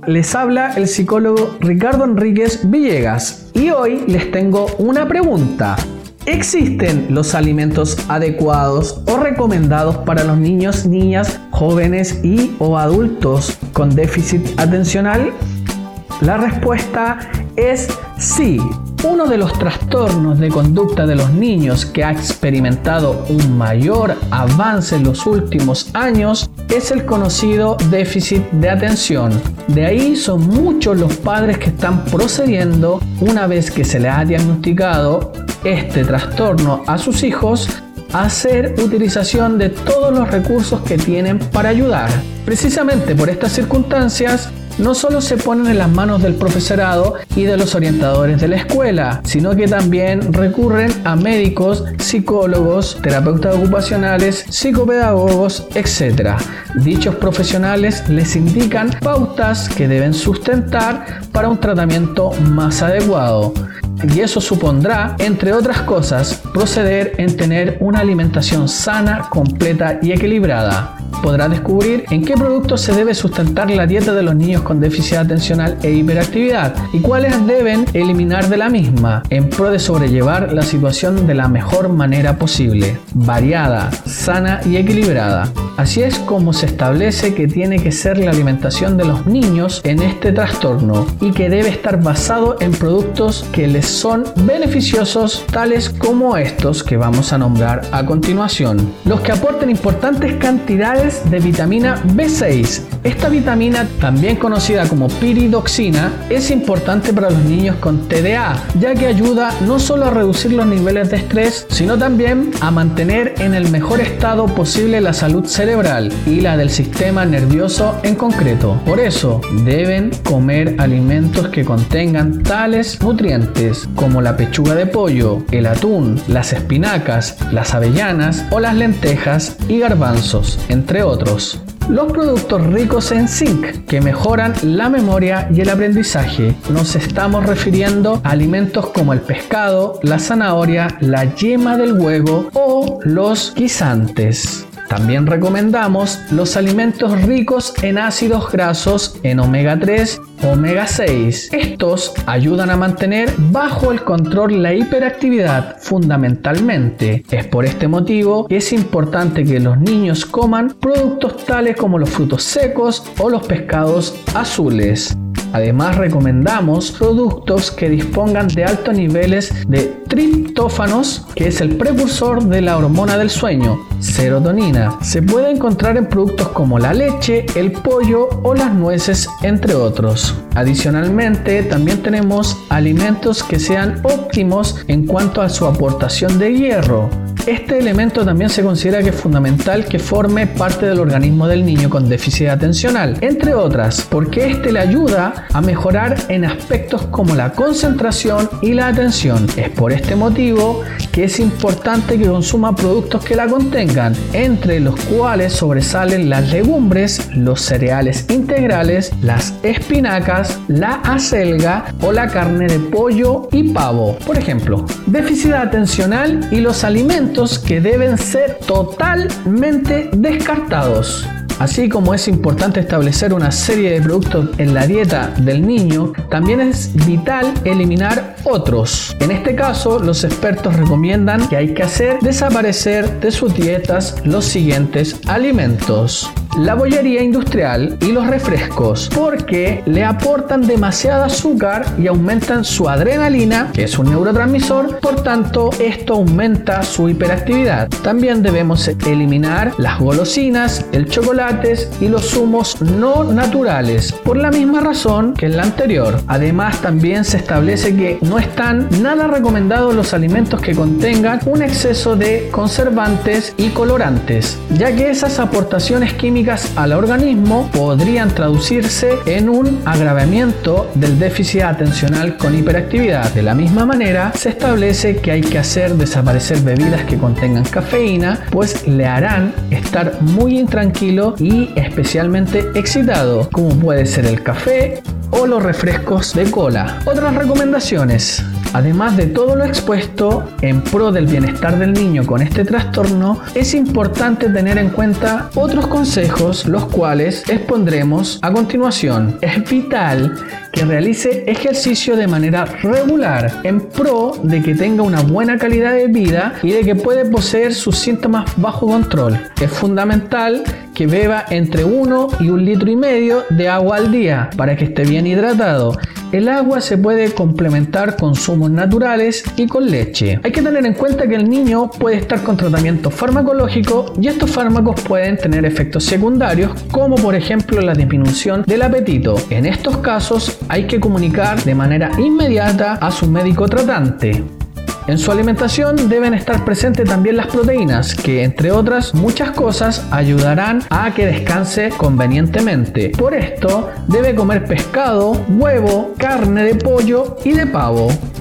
les habla el psicólogo Ricardo Enríquez Villegas y hoy les tengo una pregunta. ¿Existen los alimentos adecuados o recomendados para los niños, niñas, jóvenes y o adultos con déficit atencional? La respuesta es sí. Uno de los trastornos de conducta de los niños que ha experimentado un mayor avance en los últimos años es el conocido déficit de atención. De ahí son muchos los padres que están procediendo, una vez que se les ha diagnosticado este trastorno a sus hijos, a hacer utilización de todos los recursos que tienen para ayudar. Precisamente por estas circunstancias, no solo se ponen en las manos del profesorado y de los orientadores de la escuela, sino que también recurren a médicos, psicólogos, terapeutas ocupacionales, psicopedagogos, etc. Dichos profesionales les indican pautas que deben sustentar para un tratamiento más adecuado. Y eso supondrá, entre otras cosas, proceder en tener una alimentación sana, completa y equilibrada. Podrá descubrir en qué productos se debe sustentar la dieta de los niños con déficit atencional e hiperactividad y cuáles deben eliminar de la misma en pro de sobrellevar la situación de la mejor manera posible, variada, sana y equilibrada. Así es como se establece que tiene que ser la alimentación de los niños en este trastorno y que debe estar basado en productos que les son beneficiosos, tales como estos que vamos a nombrar a continuación. Los que aporten importantes cantidades de vitamina B6. Esta vitamina, también conocida como piridoxina, es importante para los niños con TDA, ya que ayuda no solo a reducir los niveles de estrés, sino también a mantener en el mejor estado posible la salud cerebral y la del sistema nervioso en concreto. Por eso, deben comer alimentos que contengan tales nutrientes como la pechuga de pollo, el atún, las espinacas, las avellanas o las lentejas y garbanzos, entre otros. Los productos ricos en zinc, que mejoran la memoria y el aprendizaje. Nos estamos refiriendo a alimentos como el pescado, la zanahoria, la yema del huevo o los guisantes. También recomendamos los alimentos ricos en ácidos grasos, en omega 3, omega 6. Estos ayudan a mantener bajo el control la hiperactividad fundamentalmente. Es por este motivo que es importante que los niños coman productos tales como los frutos secos o los pescados azules. Además, recomendamos productos que dispongan de altos niveles de triptófanos, que es el precursor de la hormona del sueño, serotonina. Se puede encontrar en productos como la leche, el pollo o las nueces, entre otros. Adicionalmente, también tenemos alimentos que sean óptimos en cuanto a su aportación de hierro. Este elemento también se considera que es fundamental que forme parte del organismo del niño con déficit atencional, entre otras, porque este le ayuda a mejorar en aspectos como la concentración y la atención. Es por este motivo que es importante que consuma productos que la contengan, entre los cuales sobresalen las legumbres, los cereales integrales, las espinacas, la acelga o la carne de pollo y pavo. Por ejemplo, déficit atencional y los alimentos que deben ser totalmente descartados. Así como es importante establecer una serie de productos en la dieta del niño, también es vital eliminar otros. En este caso, los expertos recomiendan que hay que hacer desaparecer de sus dietas los siguientes alimentos: la bollería industrial y los refrescos, porque le aportan demasiado azúcar y aumentan su adrenalina, que es un neurotransmisor, por tanto esto aumenta su hiperactividad. También debemos eliminar las golosinas, el chocolate y los zumos no naturales, por la misma razón que en la anterior. Además, también se establece que no están nada recomendados los alimentos que contengan un exceso de conservantes y colorantes, ya que esas aportaciones químicas al organismo podrían traducirse en un agravamiento del déficit atencional con hiperactividad. De la misma manera, se establece que hay que hacer desaparecer bebidas que contengan cafeína, pues le harán estar muy intranquilo y especialmente excitado, como puede ser el café o los refrescos de cola. Otras recomendaciones: Además de todo lo expuesto en pro del bienestar del niño con este trastorno, es importante tener en cuenta otros consejos, los cuales expondremos a continuación. Es vital que realice ejercicio de manera regular en pro de que tenga una buena calidad de vida y de que puede poseer sus síntomas bajo control. Es fundamental que beba entre 1 y 1,5 litros de agua al día para que esté bien hidratado. El agua se puede complementar con zumos naturales y con leche. Hay que tener en cuenta que el niño puede estar con tratamiento farmacológico y estos fármacos pueden tener efectos secundarios, como por ejemplo la disminución del apetito. En estos casos hay que comunicar de manera inmediata a su médico tratante. En su alimentación deben estar presentes también las proteínas, que entre otras muchas cosas ayudarán a que descanse convenientemente. Por esto debe comer pescado, huevo, carne de pollo y de pavo.